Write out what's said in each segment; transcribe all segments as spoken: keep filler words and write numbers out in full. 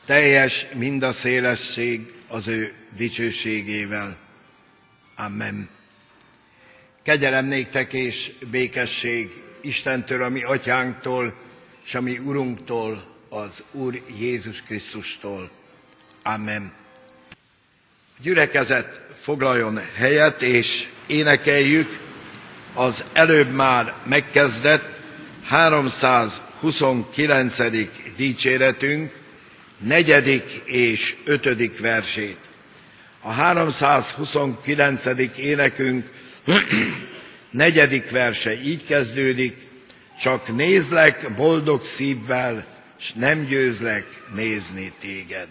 teljes mind a szélesség az ő dicsőségével. Amen. Kegyelem néktek és békesség Istentől, a mi atyánktól, és a mi Urunktól, az Úr Jézus Krisztustól. Amen. A gyülekezet foglaljon helyet, és énekeljük az előbb már megkezdett háromszázhuszonkilencedik dicséretünk negyedik és ötödik versét. A háromszázhuszonkilencedik énekünk negyedik verse így kezdődik: csak nézlek boldog szívvel, s nem győzlek nézni téged.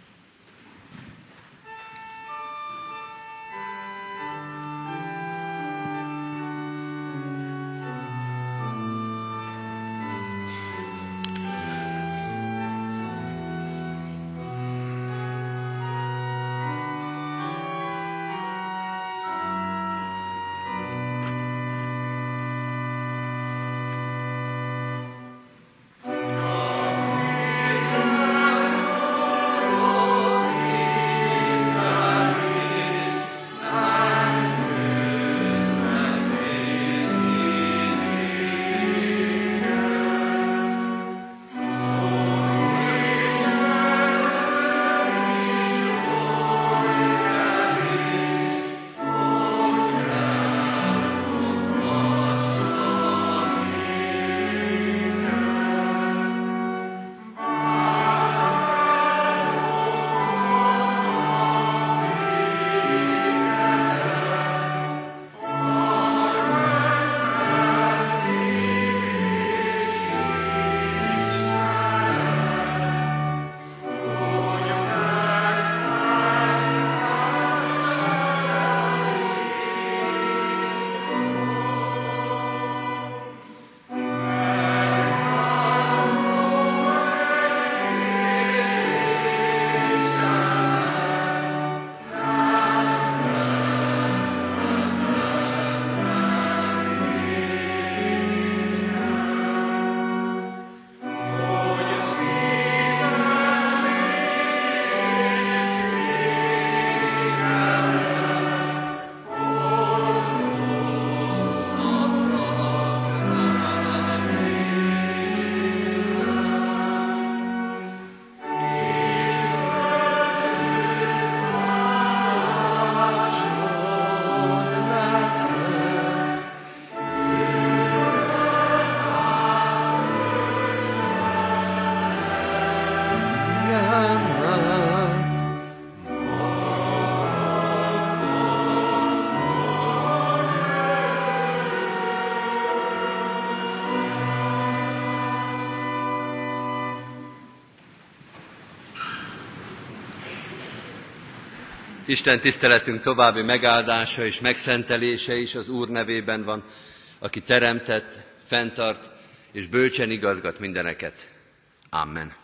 Isten tiszteletünk további megáldása és megszentelése is az Úr nevében van, aki teremtett, fenntart és bölcsen igazgat mindeneket. Amen.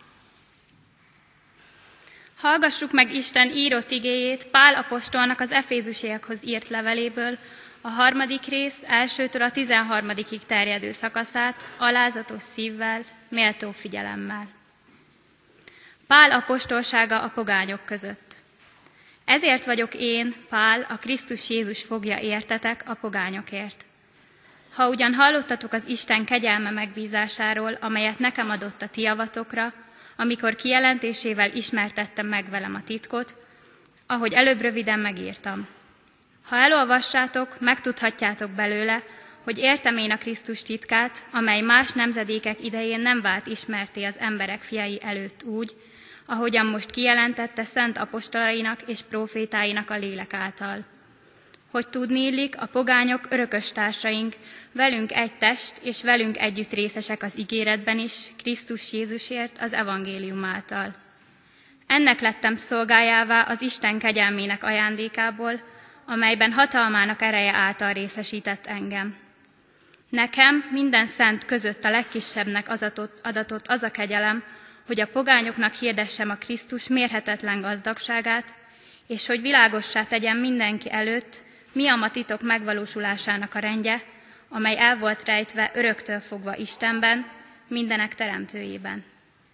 Hallgassuk meg Isten írott igéjét Pál apostolnak az Efézusiakhoz írt leveléből, a harmadik rész elsőtől a tizenharmadikig terjedő szakaszát alázatos szívvel, méltó figyelemmel. Pál apostolsága a pogányok között. Ezért vagyok én, Pál, a Krisztus Jézus fogja értetek a pogányokért. Ha ugyan hallottatok az Isten kegyelme megbízásáról, amelyet nekem adott a ti javatokra, amikor kijelentésével ismertettem meg velem a titkot, ahogy előbb röviden megírtam. Ha elolvassátok, megtudhatjátok belőle, hogy értem én a Krisztus titkát, amely más nemzedékek idején nem vált ismerté az emberek fiai előtt úgy, ahogyan most kijelentette szent apostolainak és prófétáinak a lélek által. Hogy tudni illik, a pogányok örökös társaink, velünk egy test, és velünk együtt részesek az ígéretben is, Krisztus Jézusért, az evangélium által. Ennek lettem szolgájává az Isten kegyelmének ajándékából, amelyben hatalmának ereje által részesített engem. Nekem minden szent között a legkisebbnek adatott, adatott az a kegyelem, hogy a pogányoknak hirdessem a Krisztus mérhetetlen gazdagságát, és hogy világossá tegyem mindenki előtt, mi a ma titok megvalósulásának a rendje, amely el volt rejtve öröktől fogva Istenben, mindenek teremtőjében.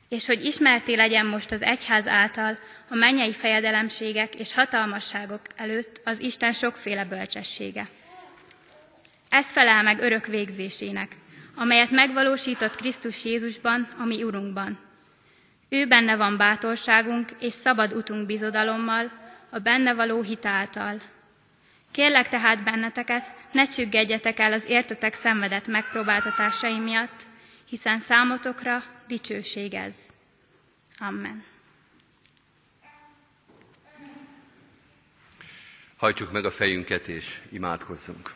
és hogy ismerté legyen most az egyház által a mennyei fejedelemségek és hatalmasságok előtt az Isten sokféle bölcsessége. Ez felel meg örök végzésének, amelyet megvalósított Krisztus Jézusban, a mi Urunkban. Ő benne van bátorságunk és szabad utunk bizodalommal, a benne való hit által. Kérlek tehát benneteket, ne csüggedjetek el az értetek szenvedett megpróbáltatásai miatt, hiszen számotokra dicsőség ez. Amen. Hajtsuk meg a fejünket és imádkozzunk.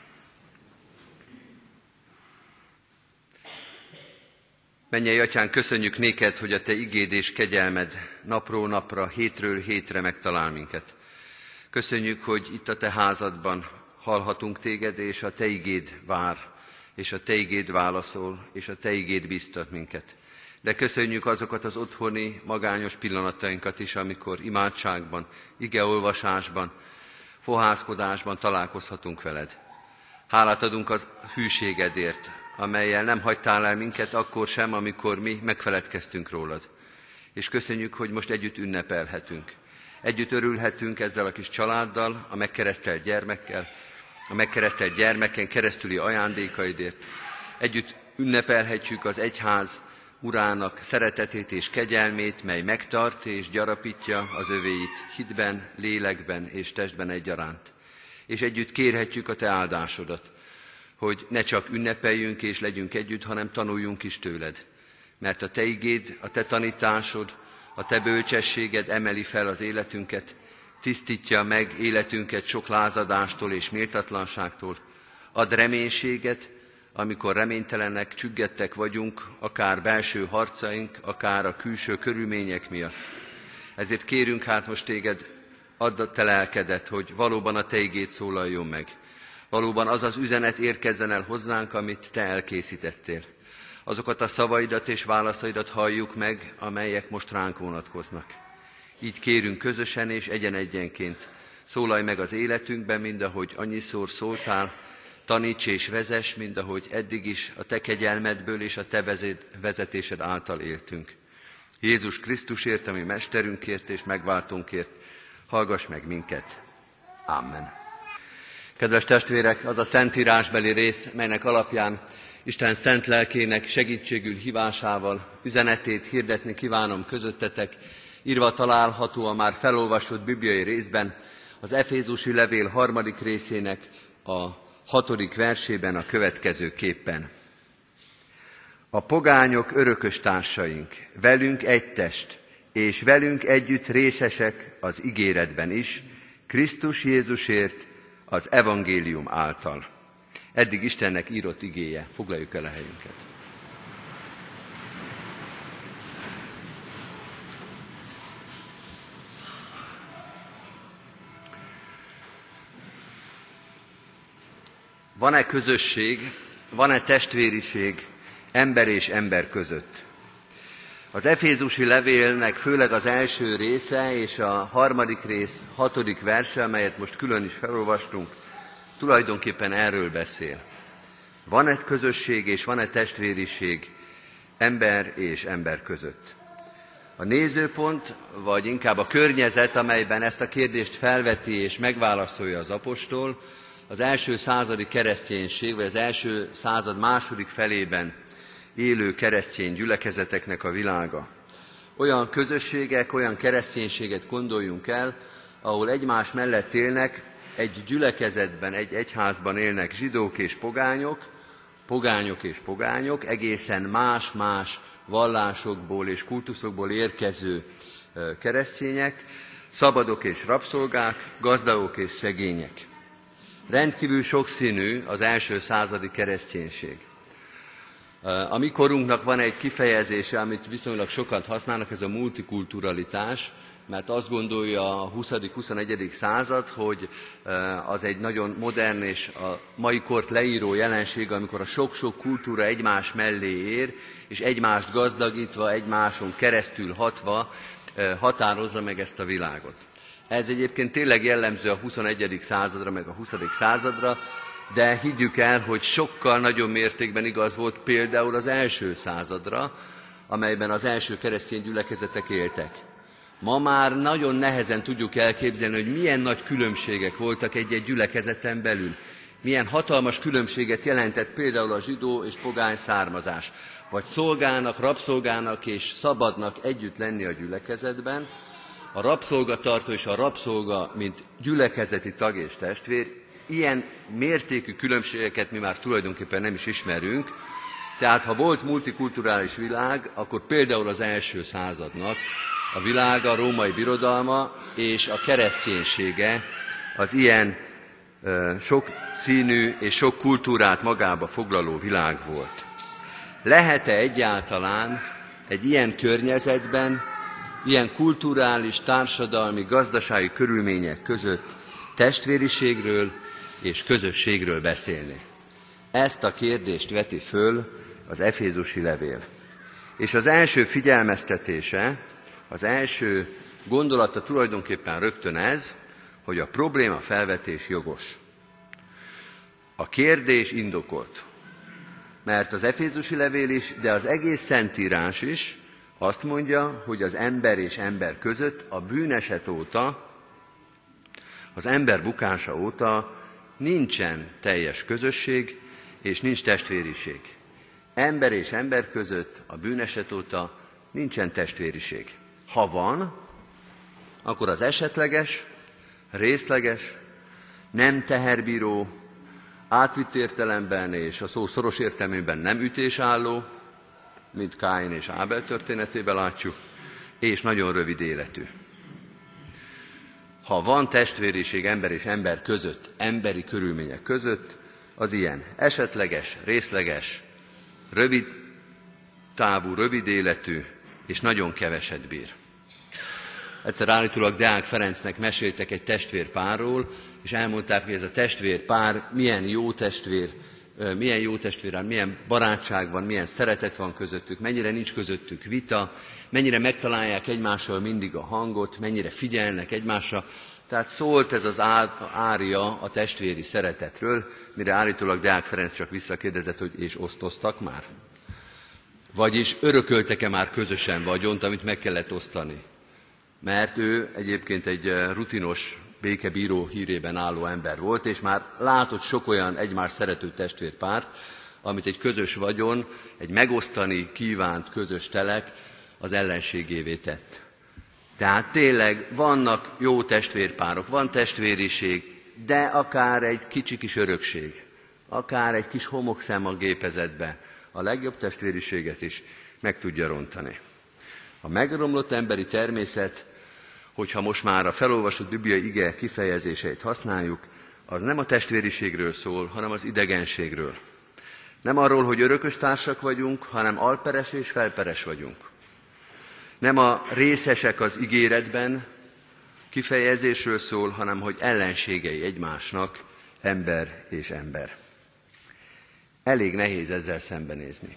Mennyei Atyán, köszönjük néked, hogy a te igéd és kegyelmed napról napra, hétről hétre megtalál minket. Köszönjük, hogy itt a te házadban hallhatunk téged, és a te igéd vár, és a te igéd válaszol, és a te igéd bíztat minket. De köszönjük azokat az otthoni, magányos pillanatainkat is, amikor imádságban, igeolvasásban, fohászkodásban találkozhatunk veled. Hálát adunk az hűségedért, amellyel nem hagytál el minket akkor sem, amikor mi megfeledkeztünk rólad. És köszönjük, hogy most együtt ünnepelhetünk. Együtt örülhetünk ezzel a kis családdal, a megkeresztelt gyermekkel, a megkeresztelt gyermeken keresztüli ajándékaidért. Együtt ünnepelhetjük az egyház urának szeretetét és kegyelmét, mely megtart és gyarapítja az övéit hitben, lélekben és testben egyaránt. És együtt kérhetjük a te áldásodat, hogy ne csak ünnepeljünk és legyünk együtt, hanem tanuljunk is tőled. Mert a te igéd, a te tanításod, a te bölcsességed emeli fel az életünket, tisztítja meg életünket sok lázadástól és méltatlanságtól, ad reménységet, amikor reménytelenek, csüggedtek vagyunk, akár belső harcaink, akár a külső körülmények miatt. Ezért kérünk hát most téged, add a te lelkedet, hogy valóban a te igéd szólaljon meg. Valóban az az üzenet érkezzen el hozzánk, amit te elkészítettél. Azokat a szavaidat és válaszaidat halljuk meg, amelyek most ránk vonatkoznak. Így kérünk közösen és egyen-egyenként. Szólalj meg az életünkben, mind ahogy annyiszor szóltál, taníts és vezess, mind ahogy eddig is a te kegyelmedből és a te vezetésed által éltünk. Jézus Krisztusért, ami mesterünkért és megváltónkért, hallgass meg minket. Amen. Kedves testvérek, az a szentírásbeli rész, melynek alapján Isten szent lelkének segítségül hívásával üzenetét hirdetni kívánom közöttetek, írva található a már felolvasott bibliai részben, az Efézusi levél harmadik részének a hatodik versében a következőképpen. A pogányok örökös társaink, velünk egy test, és velünk együtt részesek az ígéretben is, Krisztus Jézusért, az evangélium által. Eddig Istennek írott igéje. Foglaljuk el a helyünket. Van-e közösség, van-e testvériség ember és ember között? Az Efézusi levélnek főleg az első része és a harmadik rész hatodik verse, amelyet most külön is felolvastunk, tulajdonképpen erről beszél. Van-e közösség és van-e testvériség ember és ember között? A nézőpont, vagy inkább a környezet, amelyben ezt a kérdést felveti és megválaszolja az apostol, az első századi kereszténység, vagy az első század második felében élő keresztény gyülekezeteknek a világa. Olyan közösségek, olyan kereszténységet gondoljunk el, ahol egymás mellett élnek, egy gyülekezetben, egy egyházban élnek zsidók és pogányok, pogányok és pogányok, egészen más-más vallásokból és kultuszokból érkező keresztények, szabadok és rabszolgák, gazdagok és szegények. Rendkívül sokszínű az első századi kereszténység. A mi korunknak van egy kifejezése, amit viszonylag sokat használnak, ez a multikulturalitás, mert azt gondolja a huszadik-huszonegyedik század, hogy az egy nagyon modern és a mai kort leíró jelenség, amikor a sok-sok kultúra egymás mellé ér, és egymást gazdagítva, egymáson keresztül hatva határozza meg ezt a világot. Ez egyébként tényleg jellemző a huszonegyedik századra, meg a huszadik századra, de higgyük el, hogy sokkal nagyobb mértékben igaz volt például az első századra, amelyben az első keresztény gyülekezetek éltek. Ma már nagyon nehezen tudjuk elképzelni, hogy milyen nagy különbségek voltak egy-egy gyülekezeten belül. Milyen hatalmas különbséget jelentett például a zsidó és pogány származás. Vagy szolgának, rabszolgának és szabadnak együtt lenni a gyülekezetben. A rabszolgatartó és a rabszolga, mint gyülekezeti tag és testvér, ilyen mértékű különbségeket mi már tulajdonképpen nem is ismerünk. Tehát ha volt multikulturális világ, akkor például az első századnak a világa, a római birodalma és a kereszténysége az ilyen ö, sok színű és sok kultúrát magába foglaló világ volt. Lehet-e egyáltalán egy ilyen környezetben, ilyen kulturális, társadalmi, gazdasági körülmények között testvériségről és közösségről beszélni? Ezt a kérdést veti föl az efézusi levél. És az első figyelmeztetése, az első gondolata tulajdonképpen rögtön ez, hogy a probléma felvetés jogos. A kérdés indokolt. Mert az efézusi levél is, de az egész Szentírás is azt mondja, hogy az ember és ember között a bűneset óta, az ember bukása óta nincsen teljes közösség, és nincs testvériség. Ember és ember között a bűneset óta nincsen testvériség. Ha van, akkor az esetleges, részleges, nem teherbíró, átvitt értelemben és a szó szoros értelmében nem ütésálló, mint Káin és Ábel történetében látjuk, és nagyon rövid életű. Ha van testvériség ember és ember között, emberi körülmények között, az ilyen esetleges, részleges, rövid távú, rövid életű, és nagyon keveset bír. Egyszer állítólag Deák Ferencnek meséltek egy testvérpárról, és elmondták, hogy ez a testvérpár milyen jó testvér, milyen jó testvér, milyen barátság van, milyen szeretet van közöttük, mennyire nincs közöttük vita, mennyire megtalálják egymással mindig a hangot, mennyire figyelnek egymásra. Tehát szólt ez az ária a testvéri szeretetről, mire állítólag Deák Ferenc csak visszakérdezett, hogy és osztoztak már? Vagyis örököltek-e már közösen vagyont, amit meg kellett osztani? Mert ő egyébként egy rutinos békebíró hírében álló ember volt, és már látott sok olyan egymás szerető testvérpárt, amit egy közös vagyon, egy megosztani kívánt közös telek az ellenségévé tett. Tehát tényleg vannak jó testvérpárok, van testvériség, de akár egy kicsi kis örökség, akár egy kis homokszem a gépezetbe, a legjobb testvériséget is meg tudja rontani. A megromlott emberi természet, hogyha most már a felolvasott bibliai ige kifejezéseit használjuk, az nem a testvériségről szól, hanem az idegenségről. Nem arról, hogy örökös társak vagyunk, hanem alperes és felperes vagyunk. Nem a részesek az ígéretben kifejezésről szól, hanem hogy ellenségei egymásnak ember és ember. Elég nehéz ezzel szembenézni.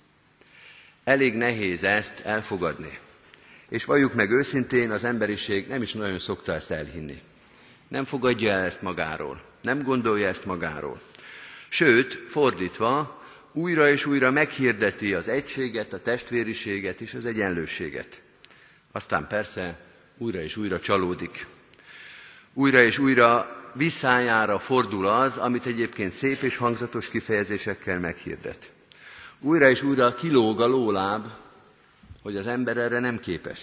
Elég nehéz ezt elfogadni. És valljuk meg őszintén, az emberiség nem is nagyon szokta ezt elhinni. Nem fogadja el ezt magáról, nem gondolja ezt magáról. Sőt, fordítva, újra és újra meghirdeti az egységet, a testvériséget és az egyenlőséget. Aztán persze újra és újra csalódik. Újra és újra visszájára fordul az, amit egyébként szép és hangzatos kifejezésekkel meghirdet. Újra és újra kilóg a lóláb, hogy az ember erre nem képes.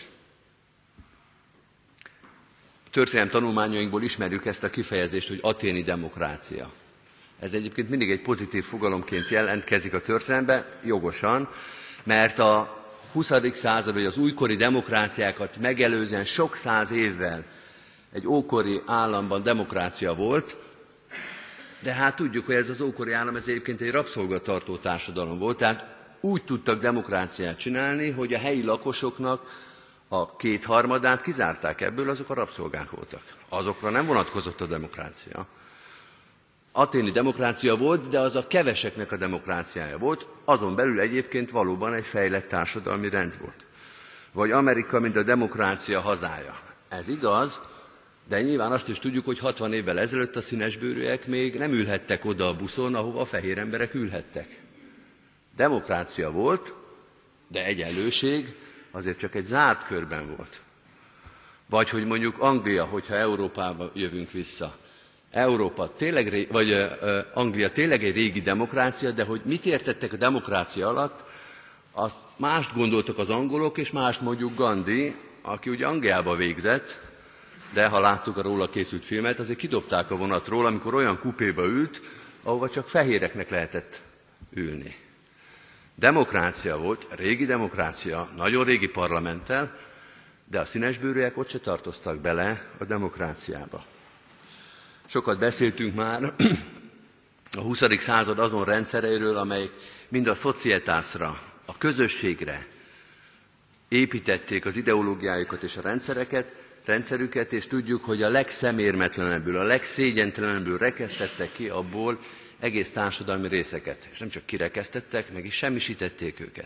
A történelem tanulmányainkból ismerjük ezt a kifejezést, hogy athéni demokrácia. Ez egyébként mindig egy pozitív fogalomként jelentkezik a történelemben, jogosan, mert a huszadik század, vagy az újkori demokráciákat megelőzően sok száz évvel egy ókori államban demokrácia volt, de hát tudjuk, hogy ez az ókori állam ez egyébként egy rabszolgatartó társadalom volt, tehát úgy tudtak demokráciát csinálni, hogy a helyi lakosoknak a kétharmadát kizárták ebből, azok a rabszolgák voltak. Azokra nem vonatkozott a demokrácia. Athéni demokrácia volt, de az a keveseknek a demokráciája volt, azon belül egyébként valóban egy fejlett társadalmi rend volt. Vagy Amerika, mint a demokrácia hazája. Ez igaz, de nyilván azt is tudjuk, hogy hatvan évvel ezelőtt a színesbőrűek még nem ülhettek oda a buszon, ahova a fehér emberek ülhettek. Demokrácia volt, de egyenlőség azért csak egy zárt körben volt. Vagy hogy mondjuk Anglia, hogyha Európába jövünk vissza. Európa tényleg, vagy uh, Anglia tényleg egy régi demokrácia, de hogy mit értettek a demokrácia alatt, azt mást gondoltak az angolok, és mást mondjuk Gandhi, aki ugye Angliába végzett, de ha láttuk a róla készült filmet, azért kidobták a vonatról, amikor olyan kupéba ült, ahova csak fehéreknek lehetett ülni. Demokrácia volt, régi demokrácia, nagyon régi parlamenttel, de a színesbőrűek ott se tartoztak bele a demokráciába. Sokat beszéltünk már a huszadik század azon rendszereiről, amely mind a szocietásra, a közösségre építették az ideológiájukat és a rendszereket, rendszerüket, és tudjuk, hogy a legszemérmetlenebbül, a legszégyentelenebbül rekesztettek ki abból egész társadalmi részeket. És nem csak kirekesztettek, meg is semmisítették őket.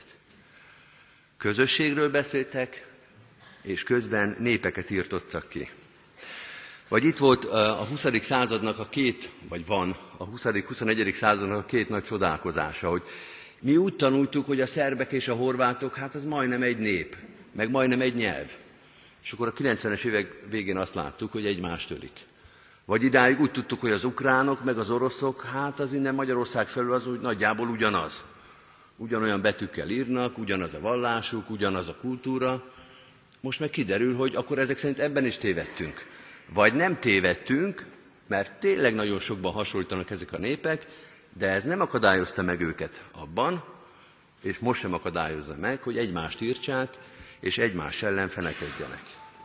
Közösségről beszéltek, és közben népeket írtottak ki. Vagy itt volt a huszadik századnak a két, vagy van a huszadik-huszonegyedik századnak a két nagy csodálkozása, hogy mi úgy tanultuk, hogy a szerbek és a horvátok, hát az majdnem egy nép, meg majdnem egy nyelv. És akkor a kilencvenes évek végén azt láttuk, hogy egymást ölik. Vagy idáig úgy tudtuk, hogy az ukránok, meg az oroszok, hát az innen Magyarország felül az úgy nagyjából ugyanaz. Ugyanolyan betűkkel írnak, ugyanaz a vallásuk, ugyanaz a kultúra. Most meg kiderül, hogy akkor ezek szerint ebben is tévedtünk. Vagy nem tévedtünk, mert tényleg nagyon sokban hasonlítanak ezek a népek, de ez nem akadályozta meg őket abban, és most sem akadályozza meg, hogy egymást írtsák, és egymás ellen fenekedjenek.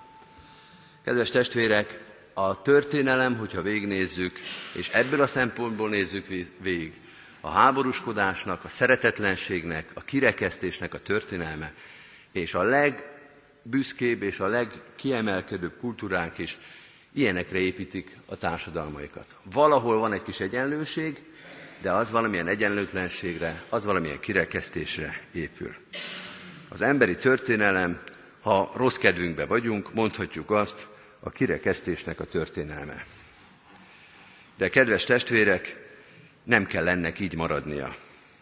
Kedves testvérek, a történelem, hogyha végignézzük, és ebből a szempontból nézzük végig, a háborúskodásnak, a szeretetlenségnek, a kirekesztésnek a történelme, és a legbüszkébb és a legkiemelkedőbb kultúránk is ilyenekre építik a társadalmaikat. Valahol van egy kis egyenlőség, de az valamilyen egyenlőtlenségre, az valamilyen kirekesztésre épül. Az emberi történelem, ha rossz kedvünkbe vagyunk, mondhatjuk azt, a kirekesztésnek a történelme. De kedves testvérek, nem kell ennek így maradnia.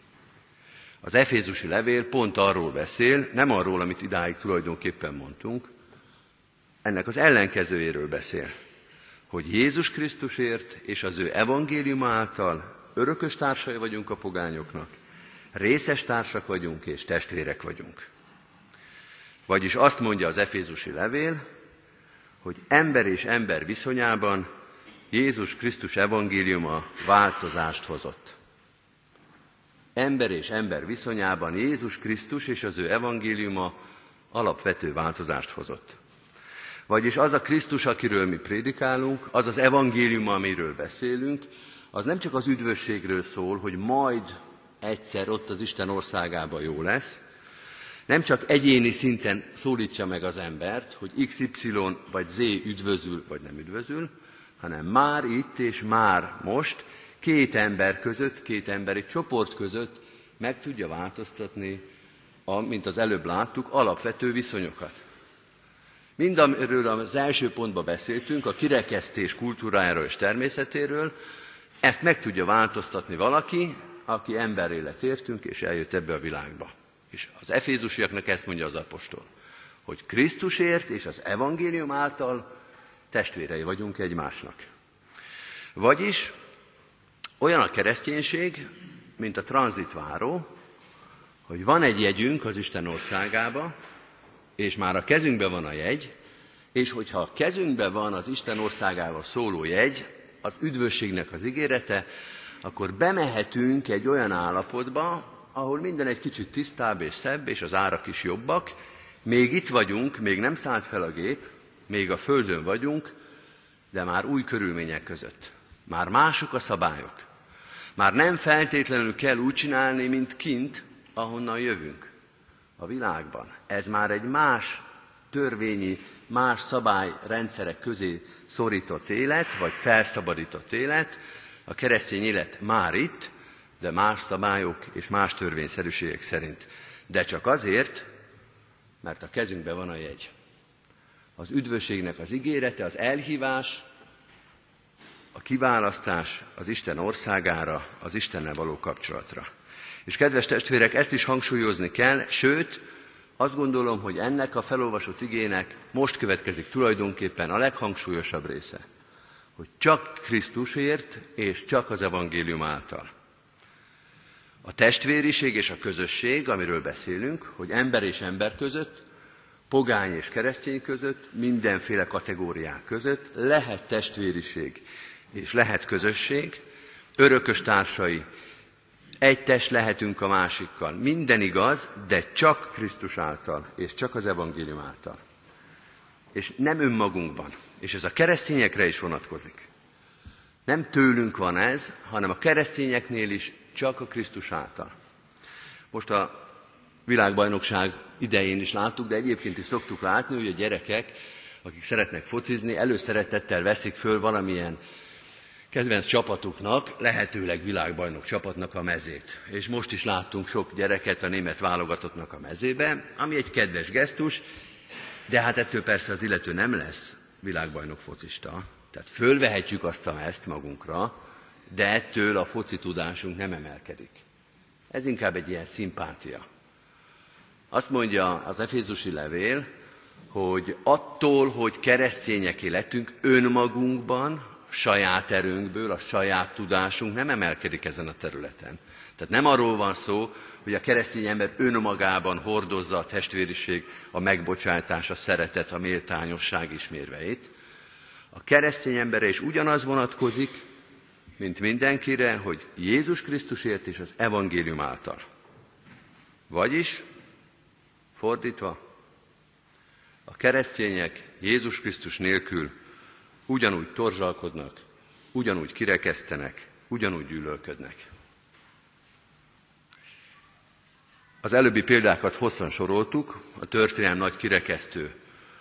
Az efézusi levél pont arról beszél, nem arról, amit idáig tulajdonképpen mondtunk, ennek az ellenkezőjéről beszél, hogy Jézus Krisztusért és az ő evangéliuma által örökös társai vagyunk a pogányoknak, részes társak vagyunk és testvérek vagyunk. Vagyis azt mondja az efézusi levél, hogy ember és ember viszonyában Jézus Krisztus evangéliuma változást hozott. Ember és ember viszonyában Jézus Krisztus és az ő evangéliuma alapvető változást hozott. Vagyis az a Krisztus, akiről mi prédikálunk, az az evangélium, amiről beszélünk, az nem csak az üdvösségről szól, hogy majd egyszer ott az Isten országában jó lesz, nem csak egyéni szinten szólítja meg az embert, hogy iksz ipszilon vagy zé üdvözül vagy nem üdvözül, hanem már itt és már most két ember között, két emberi csoport között meg tudja változtatni, a, mint az előbb láttuk, alapvető viszonyokat. Mind amiről az első pontban beszéltünk, a kirekesztés kultúrájáról és természetéről, ezt meg tudja változtatni valaki, aki emberré lett értünk, és eljött ebbe a világba. És az efézusiaknak ezt mondja az apostol, hogy Krisztusért és az evangélium által testvérei vagyunk egymásnak. Vagyis olyan a kereszténység, mint a tranzitváró, hogy van egy jegyünk az Isten országába, és már a kezünkben van a jegy, és hogyha a kezünkben van az Isten országával szóló jegy, az üdvösségnek az ígérete, akkor bemehetünk egy olyan állapotba, ahol minden egy kicsit tisztább és szebb, és az árak is jobbak. Még itt vagyunk, még nem szállt fel a gép, még a földön vagyunk, de már új körülmények között. Már mások a szabályok. Már nem feltétlenül kell úgy csinálni, mint kint, ahonnan jövünk a világban. Ez már egy más törvényi, más szabályrendszerek közé szorított élet, vagy felszabadított élet. A keresztény élet már itt, de más szabályok és más törvényszerűségek szerint. De csak azért, mert a kezünkben van a jegy. Az üdvösségnek az ígérete, az elhívás, a kiválasztás az Isten országára, az Istennel való kapcsolatra. És kedves testvérek, ezt is hangsúlyozni kell, sőt, azt gondolom, hogy ennek a felolvasott igének most következik tulajdonképpen a leghangsúlyosabb része, hogy csak Krisztusért és csak az evangélium által. A testvériség és a közösség, amiről beszélünk, hogy ember és ember között, pogány és keresztény között, mindenféle kategóriák között lehet testvériség és lehet közösség, örökös társai, egy test lehetünk a másikkal. Minden igaz, de csak Krisztus által, és csak az evangélium által. És nem önmagunkban. És ez a keresztényekre is vonatkozik. Nem tőlünk van ez, hanem a keresztényeknél is csak a Krisztus által. Most a világbajnokság idején is láttuk, de egyébként is szoktuk látni, hogy a gyerekek, akik szeretnek focizni, előszeretettel veszik föl valamilyen kedvenc csapatuknak, lehetőleg világbajnok csapatnak a mezét. És most is láttunk sok gyereket a német válogatottnak a mezébe, ami egy kedves gesztus, de hát ettől persze az illető nem lesz világbajnok focista. Tehát fölvehetjük azt a mezt magunkra, de ettől a foci tudásunk nem emelkedik. Ez inkább egy ilyen szimpátia. Azt mondja az efézusi levél, hogy attól, hogy keresztényeké lettünk, önmagunkban, saját erőnkből, a saját tudásunk nem emelkedik ezen a területen. Tehát nem arról van szó, hogy a keresztény ember önmagában hordozza a testvériség, a megbocsátás, a szeretet, a méltányosság ismérveit. A keresztény emberre is ugyanaz vonatkozik, mint mindenkire, hogy Jézus Krisztusért és az evangélium által. Vagyis, fordítva, a keresztények Jézus Krisztus nélkül ugyanúgy torzsalkodnak, ugyanúgy kirekesztenek, ugyanúgy gyűlölködnek. Az előbbi példákat hosszan soroltuk, a történelem nagy kirekesztő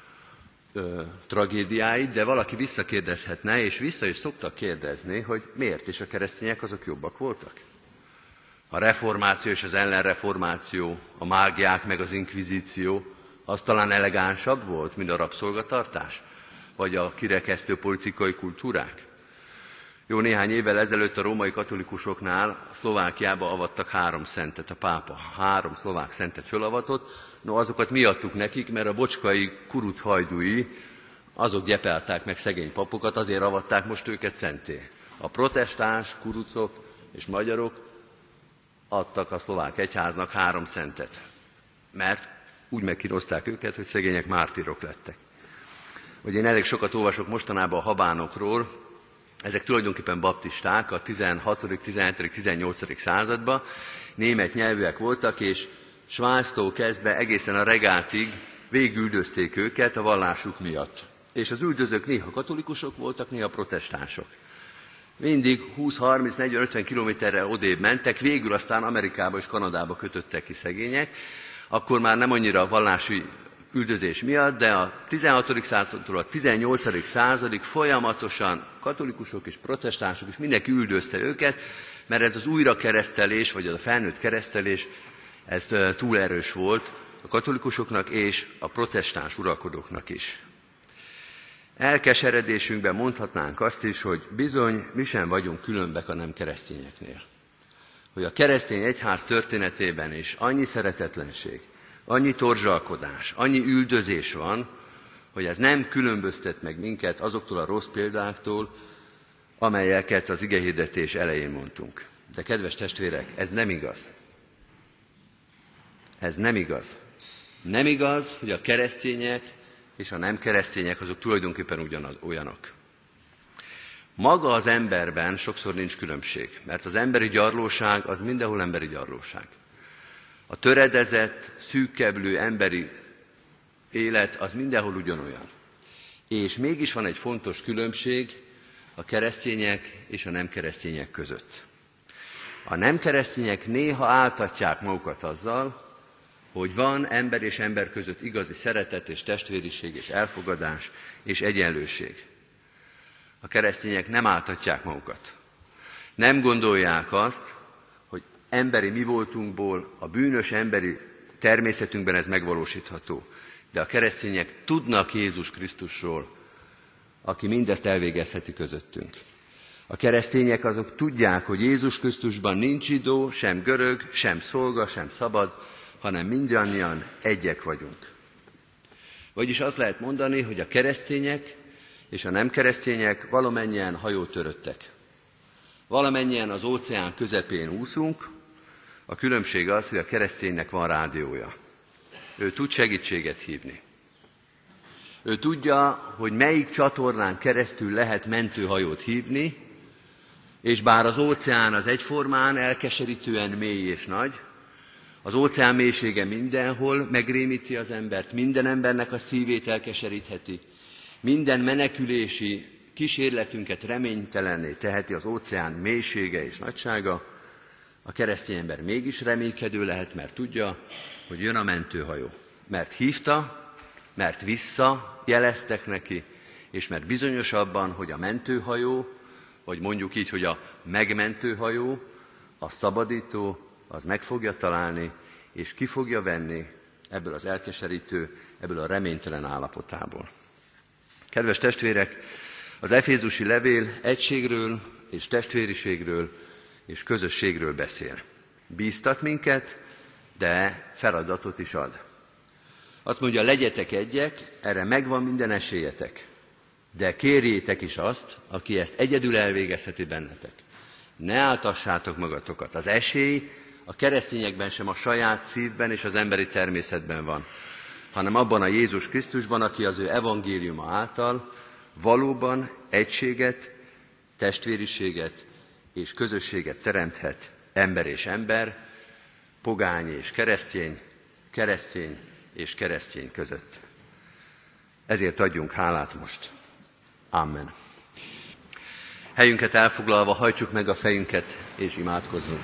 ö, tragédiáit, de valaki visszakérdezhetne, és vissza is szoktak kérdezni, hogy miért is a keresztények azok jobbak voltak. A reformáció és az ellenreformáció, a mágiák meg az inkvizíció, az talán elegánsabb volt, mint a rabszolgatartás? Vagy a kirekesztő politikai kultúrák? Jó néhány évvel ezelőtt a római katolikusoknál Szlovákiába avattak három szentet, a pápa három szlovák szentet fölavatott, no azokat mi adtuk nekik, mert a bocskai kuruc hajdúi, azok gyepelták meg szegény papokat, azért avatták most őket szenté. A protestáns kurucok és magyarok adtak a szlovák egyháznak három szentet, mert úgy megkínozták őket, hogy szegények mártírok lettek. Hogy én elég sokat olvasok mostanában a habánokról, ezek tulajdonképpen baptisták a tizenhatodik, tizenhetedik, tizennyolcadik században, német nyelvűek voltak, és Svájctól kezdve egészen a regátig végigüldözték őket a vallásuk miatt. És az üldözők néha katolikusok voltak, néha protestánsok. Mindig húsz, harminc, negyven, ötven kilométerre odébb mentek, végül aztán Amerikába és Kanadába kötöttek ki szegények, akkor már nem annyira a vallási üldözés miatt, de a tizenhatodik századtól a tizennyolcadik századig folyamatosan katolikusok és protestánsok is mindenki üldözte őket, mert ez az újrakeresztelés, vagy az a felnőtt keresztelés, ez túl erős volt a katolikusoknak és a protestáns uralkodóknak is. Elkeseredésünkben mondhatnánk azt is, hogy bizony mi sem vagyunk különbek a nem keresztényeknél. Hogy a keresztény egyház történetében is annyi szeretetlenség, annyi torzsalkodás, annyi üldözés van, hogy ez nem különböztet meg minket azoktól a rossz példáktól, amelyeket az igehirdetés elején mondtunk. De kedves testvérek, ez nem igaz. Ez nem igaz. Nem igaz, hogy a keresztények és a nem keresztények azok tulajdonképpen ugyanaz, olyanok. Maga az emberben sokszor nincs különbség, mert az emberi gyarlóság az mindenhol emberi gyarlóság. A töredezett, szűkkeblő emberi élet az mindenhol ugyanolyan. És mégis van egy fontos különbség a keresztények és a nem keresztények között. A nem keresztények néha áltatják magukat azzal, hogy van ember és ember között igazi szeretet és testvériség és elfogadás és egyenlőség. A keresztények nem áltatják magukat. Nem gondolják azt, hogy emberi mi voltunkból, a bűnös emberi természetünkben ez megvalósítható. De a keresztények tudnak Jézus Krisztusról, aki mindezt elvégezheti közöttünk. A keresztények azok tudják, hogy Jézus Krisztusban nincs zsidó, sem görög, sem szolga, sem szabad, hanem mindannyian egyek vagyunk. Vagyis azt lehet mondani, hogy a keresztények és a nem keresztények valamennyien hajótöröttek. Valamennyien az óceán közepén úszunk, a különbség az, hogy a kereszténynek van rádiója. Ő tud segítséget hívni. Ő tudja, hogy melyik csatornán keresztül lehet mentőhajót hívni, és bár az óceán az egyformán elkeserítően mély és nagy, az óceán mélysége mindenhol megrémíti az embert, minden embernek a szívét elkeserítheti, minden menekülési kísérletünket reménytelenné teheti az óceán mélysége és nagysága, a keresztény ember mégis reménykedő lehet, mert tudja, hogy jön a mentőhajó. Mert hívta, mert visszajeleztek neki, és mert bizonyos abban, hogy a mentőhajó, vagy mondjuk így, hogy a megmentőhajó, a szabadító, az meg fogja találni, és ki fogja venni ebből az elkeserítő, ebből a reménytelen állapotából. Kedves testvérek, az efézusi levél egységről és testvériségről és közösségről beszél. Bíztat minket, de feladatot is ad. Azt mondja, legyetek egyek, erre megvan minden esélyetek, de kérjétek is azt, aki ezt egyedül elvégezheti bennetek. Ne áltassátok magatokat. Az esély a keresztényekben sem a saját szívben és az emberi természetben van, hanem abban a Jézus Krisztusban, aki az ő evangéliuma által valóban egységet, testvériséget és közösséget teremthet ember és ember, pogány és keresztény, keresztény és keresztény között. Ezért adjunk hálát most. Amen. Helyünket elfoglalva hajtsuk meg a fejünket és imádkozzunk.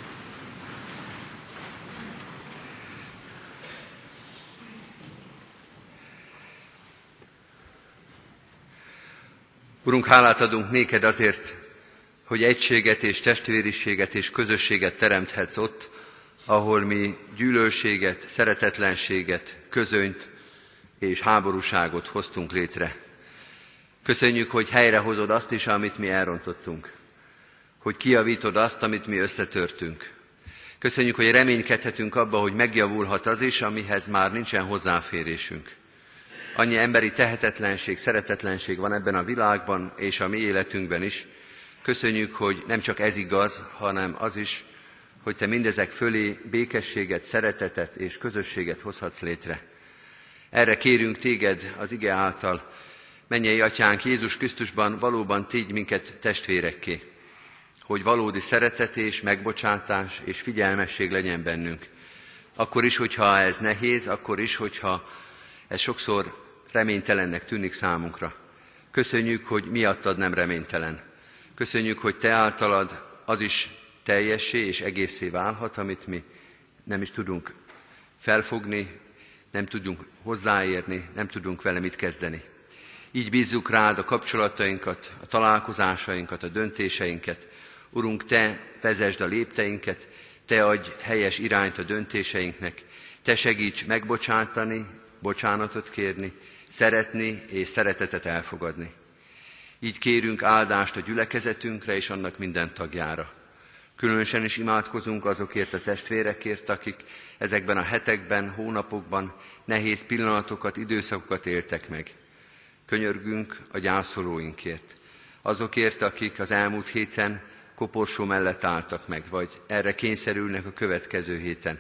Urunk, hálát adunk néked azért, hogy egységet és testvériséget és közösséget teremthetsz ott, ahol mi gyűlölséget, szeretetlenséget, közönyt és háborúságot hoztunk létre. Köszönjük, hogy helyrehozod azt is, amit mi elrontottunk, hogy kijavítod azt, amit mi összetörtünk. Köszönjük, hogy reménykedhetünk abba, hogy megjavulhat az is, amihez már nincsen hozzáférésünk. Annyi emberi tehetetlenség, szeretetlenség van ebben a világban és a mi életünkben is. Köszönjük, hogy nem csak ez igaz, hanem az is, hogy te mindezek fölé békességet, szeretetet és közösséget hozhatsz létre. Erre kérünk téged az ige által. Mennyei Atyánk, Jézus Krisztusban valóban tégy minket testvérekké, hogy valódi szeretet és megbocsátás és figyelmesség legyen bennünk. Akkor is, hogyha ez nehéz, akkor is, hogyha ez sokszor reménytelennek tűnik számunkra. Köszönjük, hogy miattad nem reménytelen. Köszönjük, hogy te általad az is teljessé és egészé válhat, amit mi nem is tudunk felfogni, nem tudunk hozzáérni, nem tudunk vele mit kezdeni. Így bízzuk rád a kapcsolatainkat, a találkozásainkat, a döntéseinket. Urunk, te vezesd a lépteinket, te adj helyes irányt a döntéseinknek, te segíts megbocsátani, bocsánatot kérni, szeretni és szeretetet elfogadni. Így kérünk áldást a gyülekezetünkre és annak minden tagjára. Különösen is imádkozunk azokért a testvérekért, akik ezekben a hetekben, hónapokban nehéz pillanatokat, időszakokat éltek meg. Könyörgünk a gyászolóinkért, azokért, akik az elmúlt héten koporsó mellett álltak meg, vagy erre kényszerülnek a következő héten.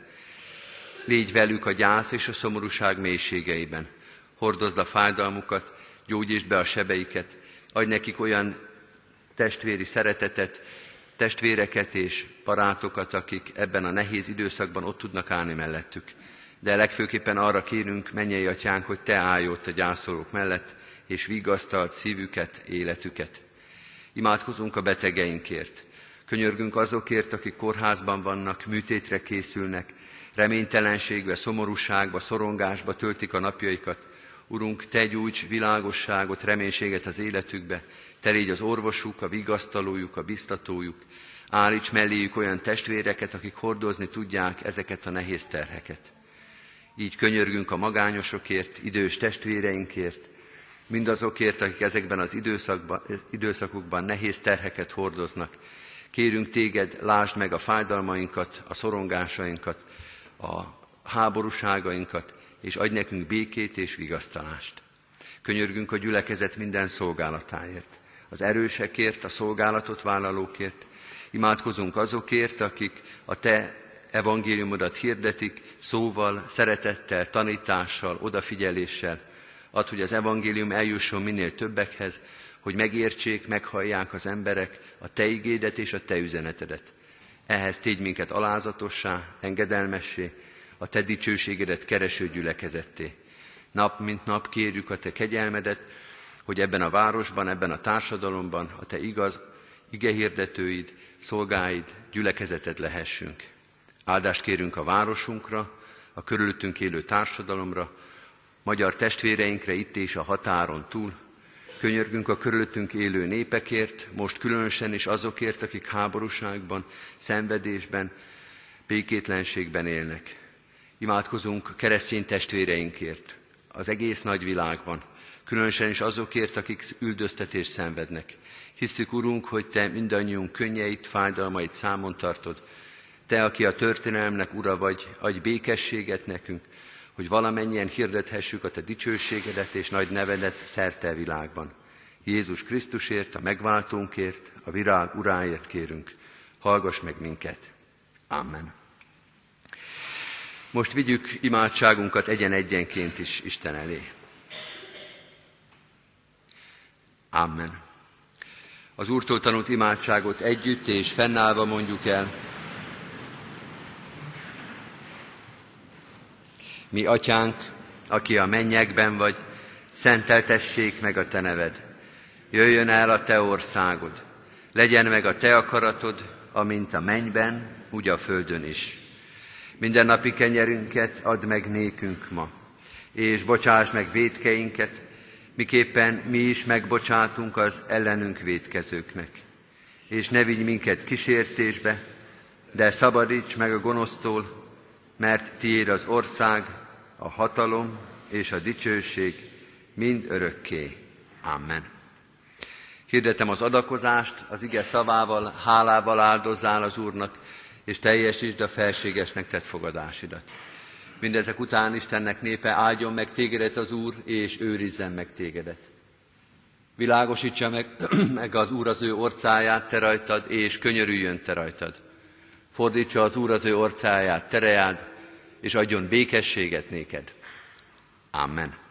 Légy velük a gyász és a szomorúság mélységeiben. Hordozd a fájdalmukat, gyógyítsd be a sebeiket, adj nekik olyan testvéri szeretetet, testvéreket és barátokat, akik ebben a nehéz időszakban ott tudnak állni mellettük. De legfőképpen arra kérünk, mennyei Atyánk, hogy te állj ott a gyászolók mellett, és vigasztald szívüket, életüket. Imádkozunk a betegeinkért. Könyörgünk azokért, akik kórházban vannak, műtétre készülnek, reménytelenségbe, szomorúságba, szorongásba töltik a napjaikat. Urunk, te gyújts világosságot, reménységet az életükbe, te légy az orvosuk, a vigasztalójuk, a biztatójuk. Állíts melléjük olyan testvéreket, akik hordozni tudják ezeket a nehéz terheket. Így könyörgünk a magányosokért, idős testvéreinkért, Mindazokért, akik ezekben az időszakban, időszakokban nehéz terheket hordoznak. Kérünk téged, lásd meg a fájdalmainkat, a szorongásainkat, a háborúságainkat, és adj nekünk békét és vigasztalást. Könyörgünk a gyülekezet minden szolgálatáért, az erősekért, a szolgálatot vállalókért. Imádkozunk azokért, akik a te evangéliumodat hirdetik, szóval, szeretettel, tanítással, odafigyeléssel. Add, hogy az evangélium eljusson minél többekhez, hogy megértsék, meghallják az emberek a te igédet és a te üzenetedet. Ehhez tégy minket alázatossá, engedelmessé, a te dicsőségedet kereső gyülekezetté. Nap mint nap kérjük a te kegyelmedet, hogy ebben a városban, ebben a társadalomban a te igaz, igehirdetőid, szolgáid, gyülekezeted lehessünk. Áldást kérünk a városunkra, a körülöttünk élő társadalomra, magyar testvéreinkre itt és a határon túl. Könyörgünk a körülöttünk élő népekért, most különösen is azokért, akik háborúságban, szenvedésben, békétlenségben élnek. Imádkozunk keresztény testvéreinkért az egész nagyvilágban, különösen is azokért, akik üldöztetést szenvednek. Hisszük, Urunk, hogy te mindannyiunk könnyeit, fájdalmait számon tartod. Te, aki a történelemnek ura vagy, adj békességet nekünk, hogy valamennyien hirdethessük a te dicsőségedet és nagy nevedet szerte a világban. Jézus Krisztusért, a megváltónkért, a virág uráért kérünk. Hallgass meg minket. Amen. Most vigyük imádságunkat egyen-egyenként is Isten elé. Amen. Az Úrtól tanult imádságot együtt és fennállva mondjuk el. Mi atyánk, aki a mennyekben vagy, szenteltessék meg a te neved. Jöjjön el a te országod. Legyen meg a te akaratod, amint a mennyben, úgy a földön is. Mindennapi kenyerünket add meg nékünk ma, és bocsáss meg vétkeinket, miképpen mi is megbocsátunk az ellenünk vétkezőknek. És ne vigy minket kísértésbe, de szabadíts meg a gonosztól, mert tiéd az ország, a hatalom és a dicsőség mind örökké. Amen. Hirdetem az adakozást, az ige szavával, hálával áldozzál az Úrnak, és teljesítsd a felségesnek tett fogadásidat. Mindezek után Istennek népe, áldjon meg tégedet az Úr, és őrizzen meg tégedet. Világosítsa meg, meg az Úr az ő orcáját te rajtad, és könyörüljön te rajtad. Fordítsa az Úr az ő orcáját te reád, és adjon békességet néked. Amen.